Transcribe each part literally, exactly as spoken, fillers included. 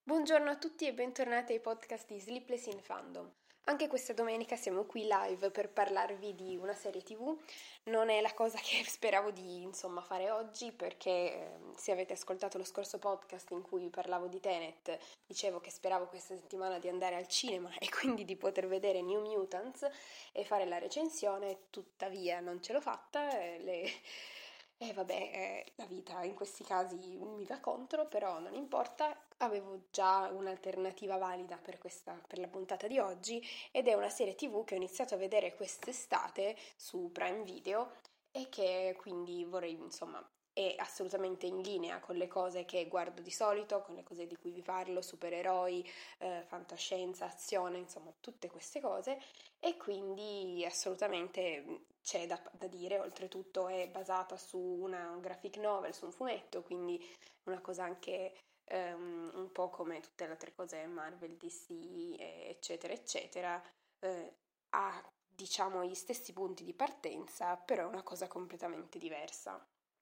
Buongiorno a tutti e bentornati ai podcast di Sleepless in Fandom. Anche questa domenica siamo qui live per parlarvi di una serie tivù. Non è la cosa che speravo di insomma fare oggi perché eh, se avete ascoltato lo scorso podcast in cui parlavo di Tenet, dicevo che speravo questa settimana di andare al cinema e quindi di poter vedere New Mutants e fare la recensione, tuttavia non ce l'ho fatta. E le... E vabbè, eh, la vita in questi casi mi va contro, però non importa, avevo già un'alternativa valida per questa, per la puntata di oggi ed è una serie tivù che ho iniziato a vedere quest'estate su Prime Video e che quindi vorrei, insomma, è assolutamente in linea con le cose che guardo di solito, con le cose di cui vi parlo, supereroi, eh, fantascienza, azione, insomma, tutte queste cose e quindi assolutamente c'è da, da dire, oltretutto è basata su una graphic novel, su un fumetto, quindi una cosa anche um, un po' come tutte le altre cose Marvel, D C, eccetera, eccetera, eh, ha diciamo gli stessi punti di partenza, però è una cosa completamente diversa.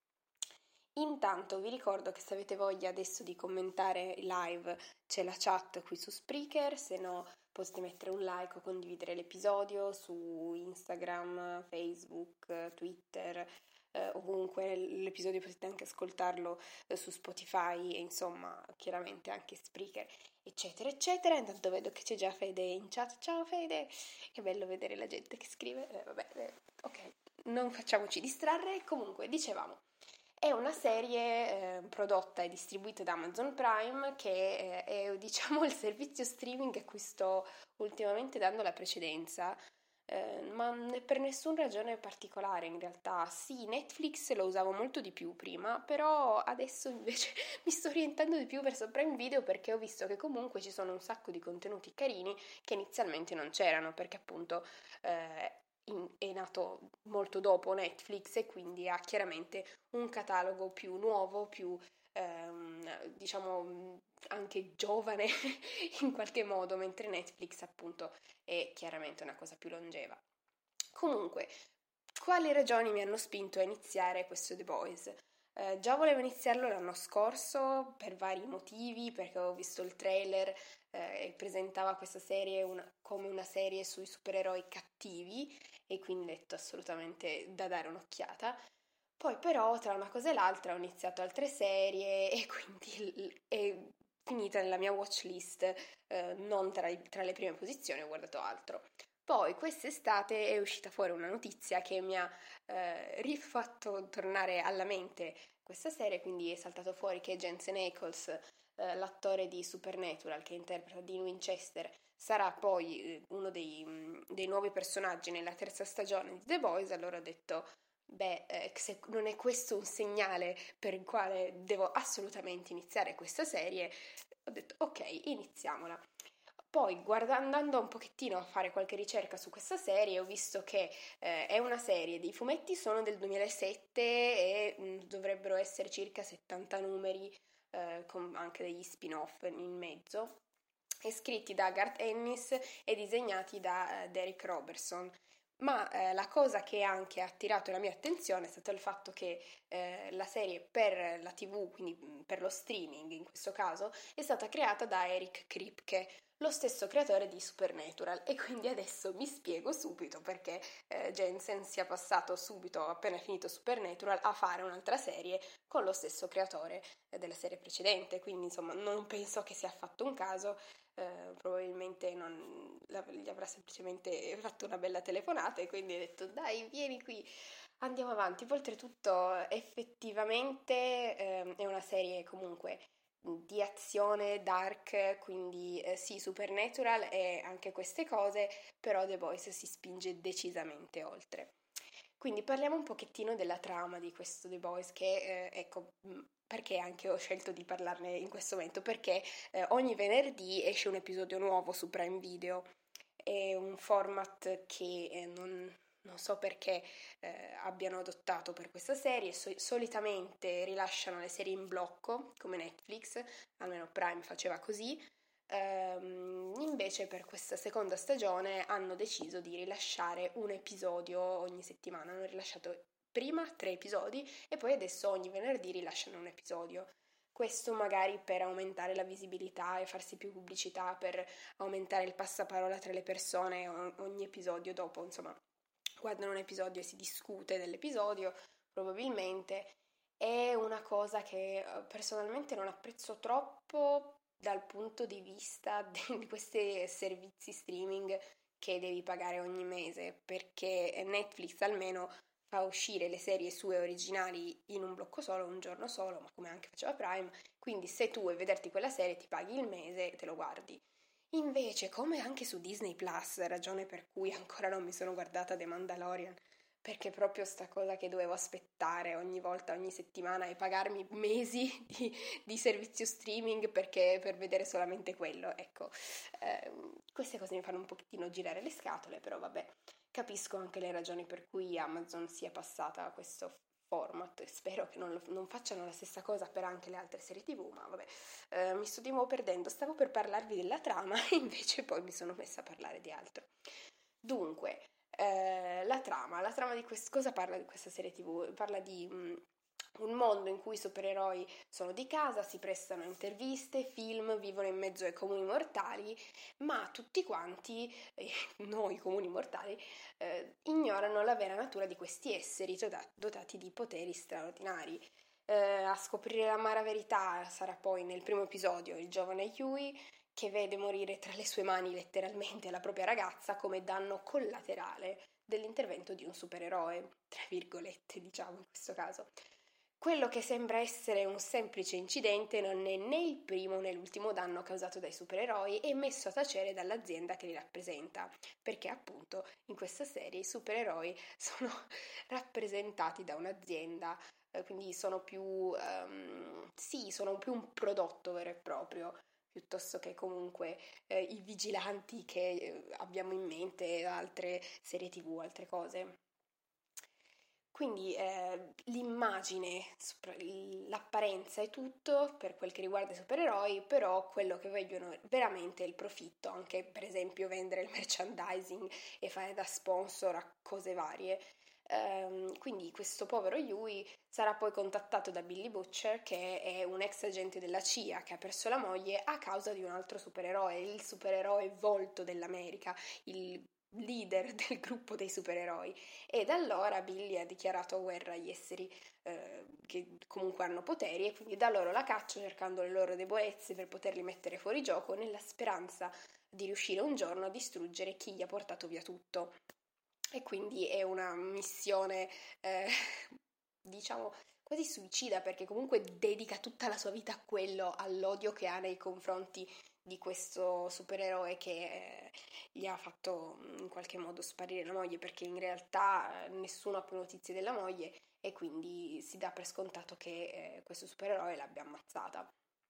Intanto vi ricordo che se avete voglia adesso di commentare live c'è la chat qui su Spreaker, se no potete mettere un like o condividere l'episodio su Instagram, Facebook, Twitter, eh, ovunque. L'episodio potete anche ascoltarlo eh, su Spotify e insomma chiaramente anche Spreaker, eccetera, eccetera. Intanto vedo che c'è già Fede in chat. Ciao Fede, che bello vedere la gente che scrive. Eh, vabbè, eh, ok, non facciamoci distrarre. Comunque, dicevamo. È una serie eh, prodotta e distribuita da Amazon Prime che eh, è diciamo il servizio streaming a cui sto ultimamente dando la precedenza, eh, ma per nessuna ragione particolare in realtà. Sì, Netflix lo usavo molto di più prima, però adesso invece mi sto orientando di più verso Prime Video perché ho visto che comunque ci sono un sacco di contenuti carini che inizialmente non c'erano, perché appunto eh, in, è nato molto dopo Netflix e quindi ha chiaramente un catalogo più nuovo, più ehm, diciamo anche giovane in qualche modo, mentre Netflix appunto è chiaramente una cosa più longeva. Comunque, quali ragioni mi hanno spinto a iniziare questo The Boys? Eh, già volevo iniziarlo l'anno scorso per vari motivi, perché avevo visto il trailer eh, e presentava questa serie una, come una serie sui supereroi cattivi e quindi ho detto assolutamente da dare un'occhiata. Poi però tra una cosa e l'altra ho iniziato altre serie e quindi è finita nella mia watch list, eh, non tra, tra le prime posizioni, ho guardato altro. Poi quest'estate è uscita fuori una notizia che mi ha eh, rifatto tornare alla mente questa serie, quindi è saltato fuori che Jensen Ackles, eh, l'attore di Supernatural che interpreta Dean Winchester, sarà poi eh, uno dei, dei nuovi personaggi nella terza stagione di The Boys. Allora ho detto beh, eh, se non è questo un segnale per il quale devo assolutamente iniziare questa serie, ho detto ok, iniziamola. Poi, guarda, andando un pochettino a fare qualche ricerca su questa serie, ho visto che eh, è una serie, i fumetti sono del duemilasette e mh, dovrebbero essere circa settanta numeri, eh, con anche degli spin-off in mezzo, e scritti da Garth Ennis e disegnati da eh, Derek Robertson. Ma eh, la cosa che anche ha attirato la mia attenzione è stato il fatto che eh, la serie per la tivù, quindi per lo streaming in questo caso, è stata creata da Eric Kripke, lo stesso creatore di Supernatural, e quindi adesso mi spiego subito perché eh, Jensen sia passato subito, appena finito Supernatural, a fare un'altra serie con lo stesso creatore eh, della serie precedente, quindi insomma non penso che sia affatto un caso. Eh, probabilmente non, gli avrà semplicemente fatto una bella telefonata e quindi ha detto dai vieni qui, andiamo avanti. Poi oltretutto effettivamente eh, è una serie comunque di azione dark, quindi eh, sì, Supernatural e anche queste cose, però The Boys si spinge decisamente oltre. Quindi parliamo un pochettino della trama di questo The Boys che, eh, ecco, perché anche ho scelto di parlarne in questo momento, perché eh, ogni venerdì esce un episodio nuovo su Prime Video, è un format che eh, non, non so perché eh, abbiano adottato per questa serie. So- solitamente rilasciano le serie in blocco come Netflix, almeno Prime faceva così. Ehm, invece per questa seconda stagione hanno deciso di rilasciare un episodio ogni settimana. Hanno rilasciato prima tre episodi e poi adesso ogni venerdì rilasciano un episodio. Questo magari per aumentare la visibilità e farsi più pubblicità, per aumentare il passaparola tra le persone, ogni episodio dopo, insomma, guardano un episodio e si discute dell'episodio, probabilmente. È una cosa che eh, personalmente non apprezzo troppo dal punto di vista di questi servizi streaming che devi pagare ogni mese, perché Netflix almeno fa uscire le serie sue originali in un blocco solo, un giorno solo, ma come anche faceva Prime, quindi se tu vuoi vederti quella serie ti paghi il mese e te lo guardi. Invece, come anche su Disney Plus, ragione per cui ancora non mi sono guardata The Mandalorian, perché proprio sta cosa che dovevo aspettare ogni volta, ogni settimana e pagarmi mesi di, di servizio streaming perché per vedere solamente quello, ecco, eh, queste cose mi fanno un pochettino girare le scatole, però vabbè, capisco anche le ragioni per cui Amazon sia passata a questo format e spero che non, lo, non facciano la stessa cosa per anche le altre serie tv, ma vabbè, eh, mi sto di nuovo perdendo, stavo per parlarvi della trama e invece poi mi sono messa a parlare di altro. Dunque, eh, la trama, la trama di questo, cosa parla di questa serie tv? Parla di mh, un mondo in cui i supereroi sono di casa, si prestano a interviste, film, vivono in mezzo ai comuni mortali, ma tutti quanti, eh, noi comuni mortali, eh, ignorano la vera natura di questi esseri dotati di poteri straordinari. Eh, a scoprire l'amara verità sarà poi nel primo episodio il giovane Huey, che vede morire tra le sue mani letteralmente la propria ragazza come danno collaterale dell'intervento di un supereroe, tra virgolette diciamo in questo caso. Quello che sembra essere un semplice incidente non è né il primo né l'ultimo danno causato dai supereroi e messo a tacere dall'azienda che li rappresenta, perché appunto in questa serie i supereroi sono rappresentati da un'azienda, eh, quindi sono più, um, sì, sono più un prodotto vero e proprio, piuttosto che comunque eh, i vigilanti che eh, abbiamo in mente, altre serie tv, altre cose. Quindi eh, l'immagine, l'apparenza è tutto per quel che riguarda i supereroi, però quello che vogliono veramente è il profitto, anche per esempio vendere il merchandising e fare da sponsor a cose varie. Um, quindi questo povero Yui sarà poi contattato da Billy Butcher, che è un ex agente della C I A che ha perso la moglie a causa di un altro supereroe, il supereroe volto dell'America, il leader del gruppo dei supereroi. E da allora Billy ha dichiarato guerra agli esseri eh, che comunque hanno poteri e quindi da loro la caccia cercando le loro debolezze per poterli mettere fuori gioco nella speranza di riuscire un giorno a distruggere chi gli ha portato via tutto. E quindi è una missione, eh, diciamo, quasi suicida perché comunque dedica tutta la sua vita a quello, all'odio che ha nei confronti di questo supereroe che eh, gli ha fatto in qualche modo sparire la moglie, perché in realtà eh, nessuno ha più notizie della moglie e quindi si dà per scontato che eh, questo supereroe l'abbia ammazzata.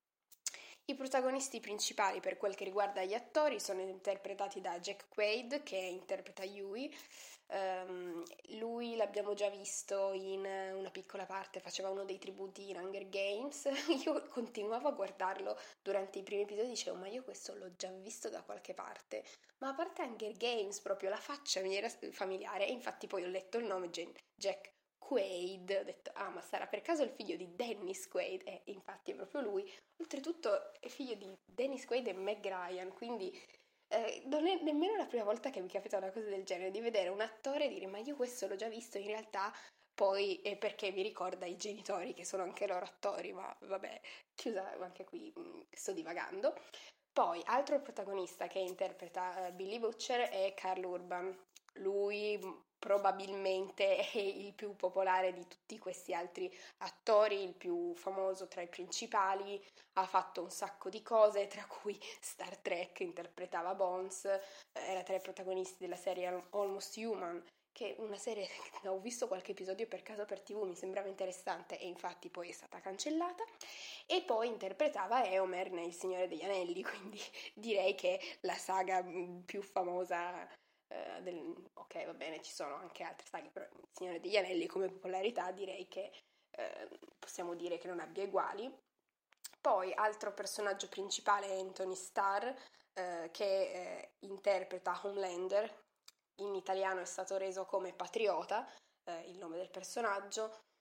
I protagonisti principali per quel che riguarda gli attori sono interpretati da Jack Quaid, che interpreta Huey. Um, lui l'abbiamo già visto in una piccola parte, faceva uno dei tributi in Hunger Games. Io continuavo a guardarlo durante i primi episodi, dicevo ma io questo l'ho già visto da qualche parte, ma a parte Hunger Games proprio la faccia mi era familiare e infatti poi ho letto il nome Jack Quaid, ho detto ah ma sarà per caso il figlio di Dennis Quaid, e eh, infatti è proprio lui. Oltretutto è figlio di Dennis Quaid e Meg Ryan, quindi eh, non è nemmeno la prima volta che mi capita una cosa del genere, di vedere un attore e dire ma io questo l'ho già visto, in realtà poi è perché mi ricorda i genitori che sono anche loro attori, ma vabbè, chiusa anche qui, mh, sto divagando. Poi, altro protagonista che interpreta uh, Billy Butcher è Karl Urban. Lui probabilmente è il più popolare di tutti questi altri attori, il più famoso tra i principali, ha fatto un sacco di cose, tra cui Star Trek, interpretava Bones, era tra i protagonisti della serie Almost Human, che è una serie che ho visto qualche episodio per caso per tivù, mi sembrava interessante e infatti poi è stata cancellata, e poi interpretava Eomer nel Signore degli Anelli, quindi direi che la saga più famosa Uh, del, ok, va bene, ci sono anche altre saghe, però il Signore degli Anelli come popolarità direi che uh, possiamo dire che non abbia uguali. Poi altro personaggio principale è Anthony Starr, uh, che uh, interpreta Homelander, in italiano è stato reso come Patriota, uh, il nome del personaggio.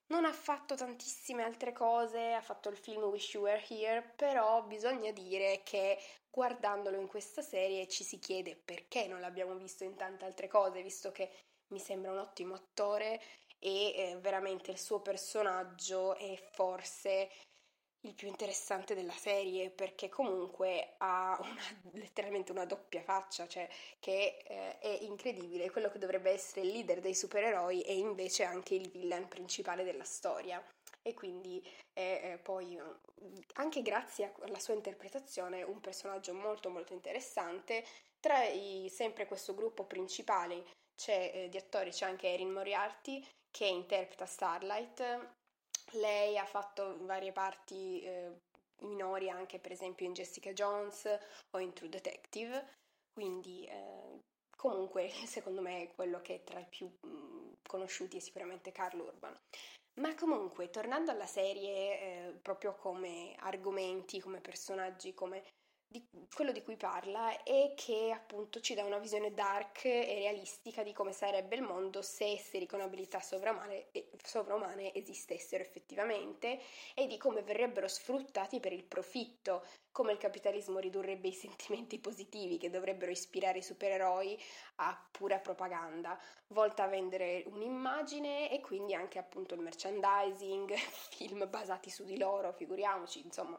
Non ha fatto tantissime altre cose, ha fatto il film Wish You Were Here, però bisogna dire che guardandolo in questa serie ci si chiede perché non l'abbiamo visto in tante altre cose, visto che mi sembra un ottimo attore e eh, veramente il suo personaggio è forse il più interessante della serie, perché comunque ha una, letteralmente una doppia faccia, cioè che eh, è incredibile, quello che dovrebbe essere il leader dei supereroi e invece anche il villain principale della storia. E quindi è, è poi anche grazie alla sua interpretazione un personaggio molto molto interessante. Tra i, sempre questo gruppo principale c'è, eh, di attori c'è anche Erin Moriarty che interpreta Starlight. Lei ha fatto varie parti eh, minori anche per esempio in Jessica Jones o in True Detective, quindi eh, comunque secondo me quello che è tra i più mh, conosciuti è sicuramente Karl Urban. Ma comunque, tornando alla serie, eh, proprio come argomenti, come personaggi, come di- quello di cui parla è che appunto ci dà una visione dark e realistica di come sarebbe il mondo se esseri con abilità sovramane, eh, sovraumane esistessero effettivamente e di come verrebbero sfruttati per il profitto, come il capitalismo ridurrebbe i sentimenti positivi che dovrebbero ispirare i supereroi a pura propaganda volta a vendere un'immagine e quindi anche appunto il merchandising, film basati su di loro, figuriamoci, insomma.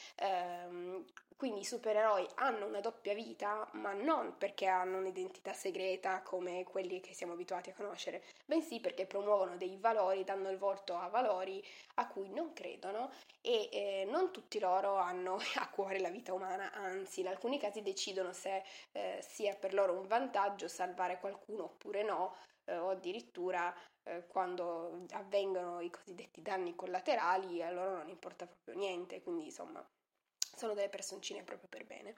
Ehm, quindi i supereroi hanno una doppia vita, ma non perché hanno un'identità segreta come quelli che siamo abituati a conoscere, bensì perché promuovono dei valori, danno il volto a valori a cui non credono e eh, non tutti loro hanno a cuore la vita umana, anzi in alcuni casi decidono se eh, sia per loro un vantaggio salvare qualcuno oppure no, eh, o addirittura eh, quando avvengono i cosiddetti danni collaterali a loro non importa proprio niente, quindi insomma sono delle personcine proprio per bene.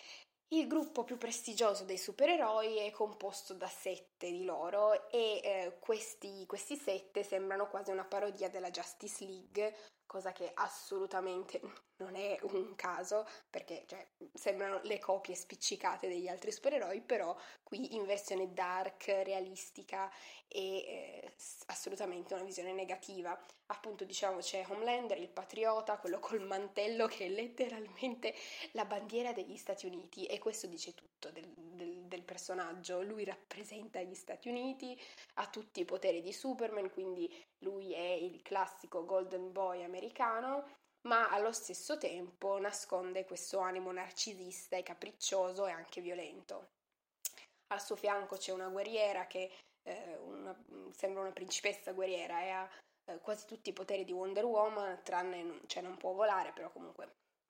Il gruppo più prestigioso dei supereroi è composto da sette di loro e eh, questi, questi sette sembrano quasi una parodia della Justice League, cosa che assolutamente non è un caso, perché cioè, sembrano le copie spiccicate degli altri supereroi, però qui in versione dark, realistica e eh, assolutamente una visione negativa. Appunto, diciamo, c'è Homelander, il patriota, quello col mantello che è letteralmente la bandiera degli Stati Uniti e questo dice tutto del, del, del personaggio. Lui rappresenta gli Stati Uniti, ha tutti i poteri di Superman, quindi lui è il classico golden boy americano, ma allo stesso tempo nasconde questo animo narcisista e capriccioso e anche violento. Al suo fianco c'è una guerriera che eh, una, sembra una principessa guerriera e ha eh, quasi tutti i poteri di Wonder Woman, tranne, cioè non può volare, però comunque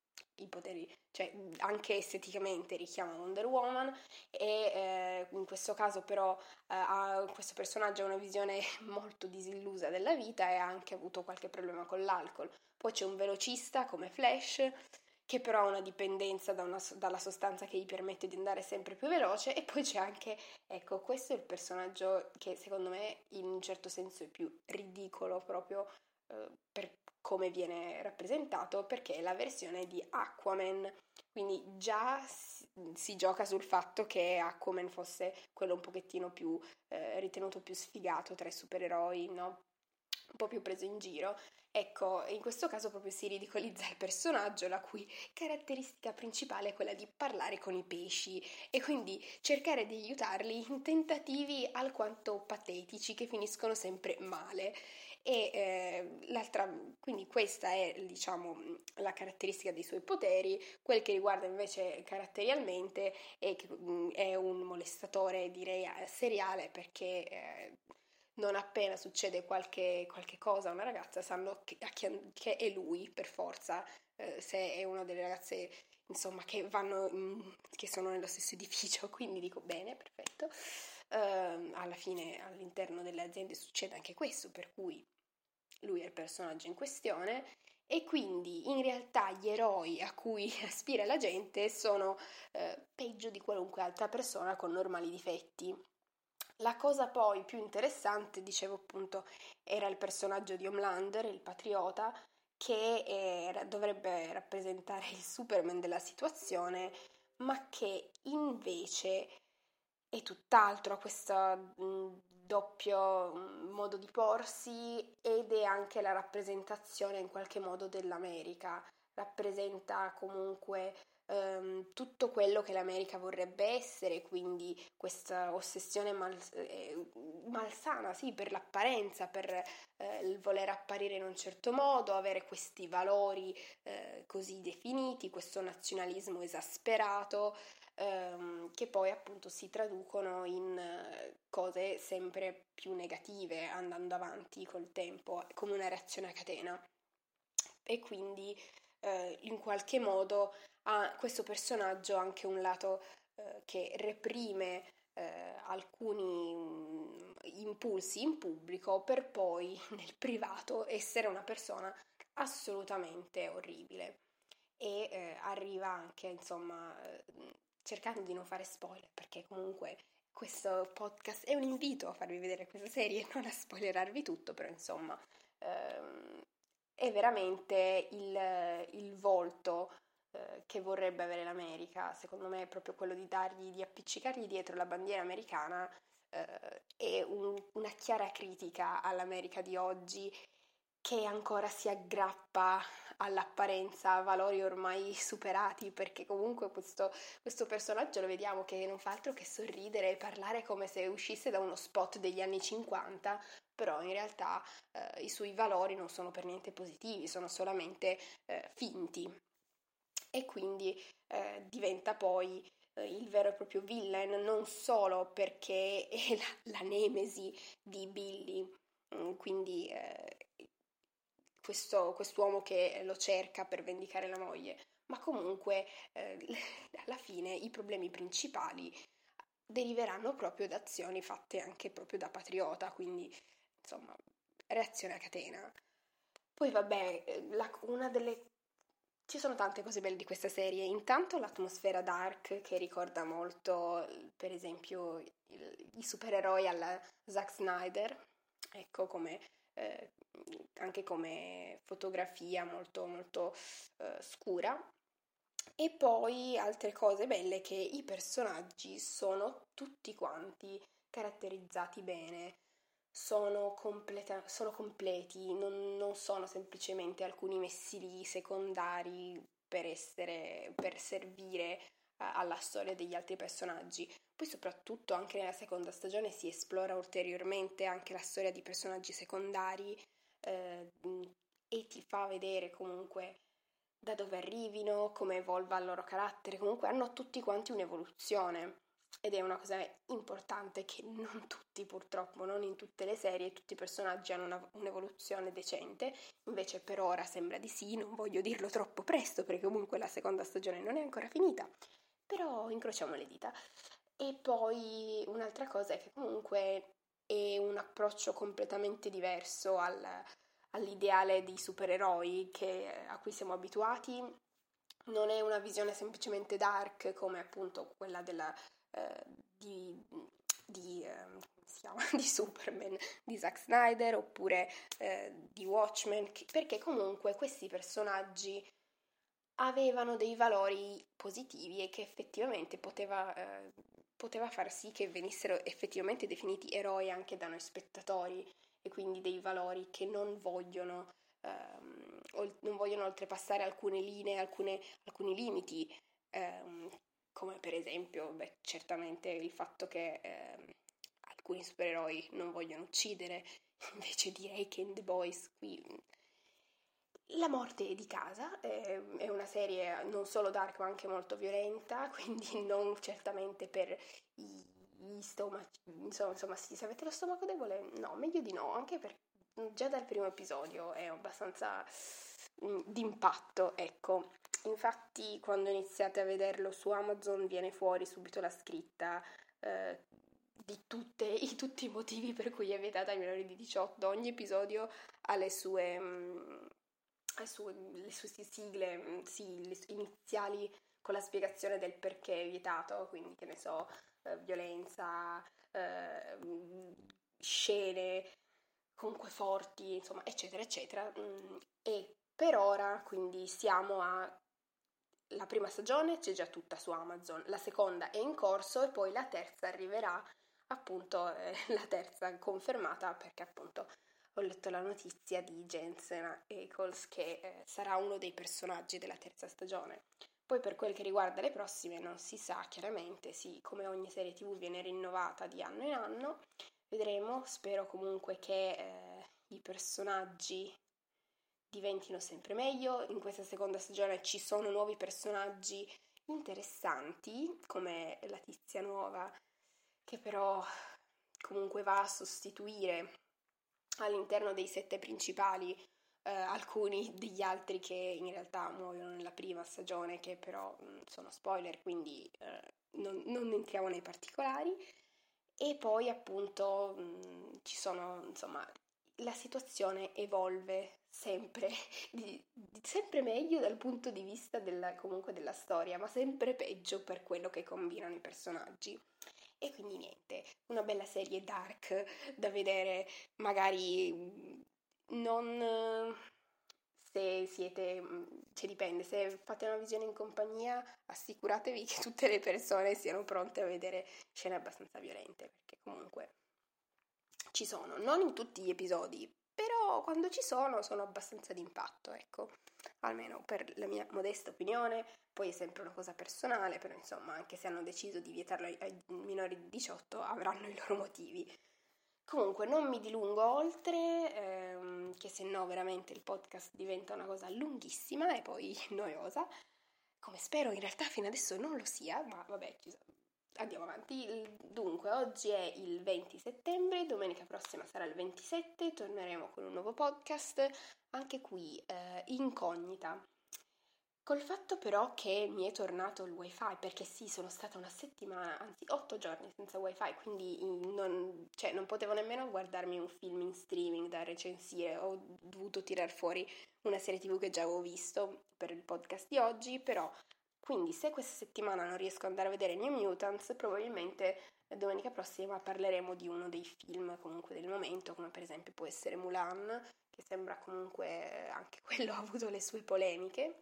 i poteri, cioè anche esteticamente richiama Wonder Woman e eh, in questo caso però eh, ha, questo personaggio ha una visione molto disillusa della vita e ha anche avuto qualche problema con l'alcol. Poi c'è un velocista come Flash che però ha una dipendenza da una, dalla sostanza che gli permette di andare sempre più veloce e poi c'è anche, ecco, questo è il personaggio che secondo me in un certo senso è più ridicolo proprio eh, per come viene rappresentato perché è la versione di Aquaman, quindi già si, si gioca sul fatto che Aquaman fosse quello un pochettino più eh, ritenuto più sfigato tra i supereroi, no? Un po' più preso in giro. Ecco, in questo caso proprio si ridicolizza il personaggio, la cui caratteristica principale è quella di parlare con i pesci e quindi cercare di aiutarli in tentativi alquanto patetici che finiscono sempre male. E eh, l'altra, quindi questa è, diciamo, la caratteristica dei suoi poteri. Quel che riguarda invece caratterialmente è che mh, è un molestatore, direi, seriale perché eh, non appena succede qualche, qualche cosa a una ragazza sanno che, che è lui per forza, eh, se è una delle ragazze insomma che vanno in, che sono nello stesso edificio, quindi dico bene, perfetto. Uh, alla fine all'interno delle aziende succede anche questo, per cui lui è il personaggio in questione e quindi in realtà gli eroi a cui aspira la gente sono eh, peggio di qualunque altra persona con normali difetti. La cosa poi più interessante, dicevo appunto, era il personaggio di Homelander, il patriota, che era, dovrebbe rappresentare il Superman della situazione, ma che invece è tutt'altro, ha questa mh, doppio modo di porsi ed è anche la rappresentazione in qualche modo dell'America, rappresenta comunque ehm, tutto quello che l'America vorrebbe essere, quindi questa ossessione mal, eh, malsana, sì, per l'apparenza, per eh, il voler apparire in un certo modo, avere questi valori eh, così definiti, questo nazionalismo esasperato, ehm, che poi appunto si traducono in eh, cose sempre più negative andando avanti col tempo, come una reazione a catena. E quindi eh, in qualche modo ha questo personaggio anche un lato eh, che reprime eh, alcuni mh, impulsi in pubblico per poi nel privato essere una persona assolutamente orribile e eh, arriva anche, insomma, eh, cercando di non fare spoiler, perché comunque questo podcast è un invito a farvi vedere questa serie e non a spoilerarvi tutto, però insomma ehm, è veramente il, il volto eh, che vorrebbe avere l'America, secondo me è proprio quello di dargli, di appiccicargli dietro la bandiera americana, eh, è un- una chiara critica all'America di oggi che ancora si aggrappa all'apparenza, a valori ormai superati, perché comunque questo, questo personaggio lo vediamo che non fa altro che sorridere e parlare come se uscisse da uno spot degli anni cinquanta, però in realtà eh, i suoi valori non sono per niente positivi, sono solamente eh, finti e quindi eh, diventa poi eh, il vero e proprio villain, non solo perché è la, la nemesi di Billy, mm, quindi eh, questo, quest'uomo che lo cerca per vendicare la moglie, ma comunque eh, alla fine i problemi principali deriveranno proprio da azioni fatte anche proprio da patriota, quindi insomma reazione a catena. Poi vabbè, eh, la- una delle... Ci sono tante cose belle di questa serie, intanto l'atmosfera dark che ricorda molto per esempio il- i supereroi alla Zack Snyder, ecco come eh, anche come fotografia molto molto eh, scura. E poi altre cose belle che i personaggi sono tutti quanti caratterizzati bene, sono, completa- sono completi, non, non sono semplicemente alcuni messi lì secondari per essere, per servire a- alla storia degli altri personaggi. Poi soprattutto anche nella seconda stagione si esplora ulteriormente anche la storia di personaggi secondari eh, e ti fa vedere comunque da dove arrivino, come evolva il loro carattere, comunque hanno tutti quanti un'evoluzione ed è una cosa importante che non tutti purtroppo, non in tutte le serie, tutti i personaggi hanno una, un'evoluzione decente, invece per ora sembra di sì, non voglio dirlo troppo presto perché comunque la seconda stagione non è ancora finita, però incrociamo le dita. E poi un'altra cosa è che comunque è un approccio completamente diverso al, all'ideale di supereroi che, a cui siamo abituati. Non è una visione semplicemente dark come appunto quella della, eh, di, di, eh, come si chiama? Di Superman di Zack Snyder oppure eh, di Watchmen, perché comunque questi personaggi avevano dei valori positivi e che effettivamente poteva, eh, poteva far sì che venissero effettivamente definiti eroi anche da noi spettatori e quindi dei valori che non vogliono, ehm, ol- non vogliono oltrepassare alcune linee, alcune- alcuni limiti, ehm, come per esempio, beh, certamente il fatto che ehm, alcuni supereroi non vogliono uccidere, invece direi che in The Boys qui la morte di casa è, è una serie non solo dark ma anche molto violenta, quindi non certamente per i, gli stomaci, insomma, insomma sì, se avete lo stomaco debole, no, meglio di no, anche perché già dal primo episodio è abbastanza mm, d'impatto, ecco. Infatti quando iniziate a vederlo su Amazon viene fuori subito la scritta eh, di tutte, i, tutti i motivi per cui è vietata ai minori di diciotto. Ogni episodio ha le sue... mm, le sue, le sue sigle, mm, sì, le sue iniziali con la spiegazione del perché è vietato, quindi che ne so, eh, violenza, eh, mm, scene comunque forti, insomma, eccetera, eccetera. Mm, e per ora, quindi siamo a la prima stagione c'è già tutta su Amazon, la seconda è in corso e poi la terza arriverà appunto eh, la terza confermata, perché appunto ho letto la notizia di Jensen Ackles che eh, sarà uno dei personaggi della terza stagione. Poi per quel che riguarda le prossime non si sa chiaramente, sì, come ogni serie tivù viene rinnovata di anno in anno, vedremo, spero comunque che eh, i personaggi diventino sempre meglio. In questa seconda stagione ci sono nuovi personaggi interessanti, come la tizia nuova, che però comunque va a sostituire all'interno dei sette principali eh, alcuni degli altri che in realtà muoiono nella prima stagione, che però mh, sono spoiler, quindi eh, non, non entriamo nei particolari. E poi appunto mh, ci sono, insomma, la situazione evolve sempre, di, di sempre meglio dal punto di vista della, comunque della storia, ma sempre peggio per quello che combinano i personaggi. E quindi niente, una bella serie dark da vedere, magari mh, non eh, se siete, mh, cioè dipende, se fate una visione in compagnia, assicuratevi che tutte le persone siano pronte a vedere scene abbastanza violente, perché comunque ci sono, non in tutti gli episodi, però quando ci sono sono abbastanza d'impatto, ecco, almeno per la mia modesta opinione, poi è sempre una cosa personale, però insomma, anche se hanno deciso di vietarlo ai, ai minori di diciotto, avranno i loro motivi. Comunque non mi dilungo oltre, ehm, che se no veramente il podcast diventa una cosa lunghissima e poi noiosa, come spero in realtà fino adesso non lo sia, ma vabbè, ci sono. Andiamo avanti. Dunque, oggi è il venti settembre, domenica prossima sarà il ventisette, torneremo con un nuovo podcast, anche qui eh, incognita. Col fatto però che mi è tornato il wifi, perché sì, sono stata una settimana, anzi otto giorni senza wifi, quindi non, cioè, non potevo nemmeno guardarmi un film in streaming da recensire, ho dovuto tirar fuori una serie tivù che già avevo visto per il podcast di oggi, però quindi se questa settimana non riesco ad andare a vedere New Mutants, probabilmente domenica prossima parleremo di uno dei film comunque del momento, come per esempio può essere Mulan, che sembra comunque anche quello ha avuto le sue polemiche.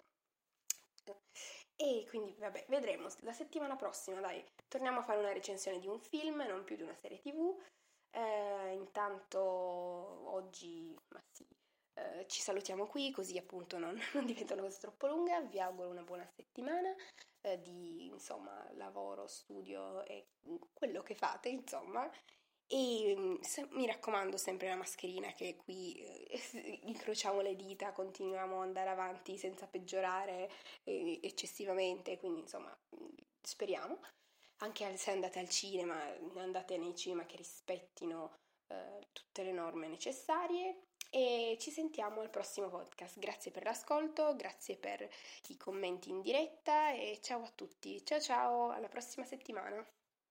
E quindi vabbè, vedremo la settimana prossima, dai, torniamo a fare una recensione di un film, non più di una serie tivù. Eh, intanto oggi, ma sì, eh, ci salutiamo qui, così appunto non, non diventa una cosa troppo lunga. Vi auguro una buona settimana eh, di, insomma, lavoro, studio e quello che fate, insomma. E se, mi raccomando sempre la mascherina, che qui eh, incrociamo le dita, continuiamo ad andare avanti senza peggiorare eh, eccessivamente, quindi insomma speriamo. Anche se andate al cinema, andate nei cinema che rispettino eh, tutte le norme necessarie e ci sentiamo al prossimo podcast. Grazie per l'ascolto, grazie per i commenti in diretta e ciao a tutti. Ciao ciao, alla prossima settimana.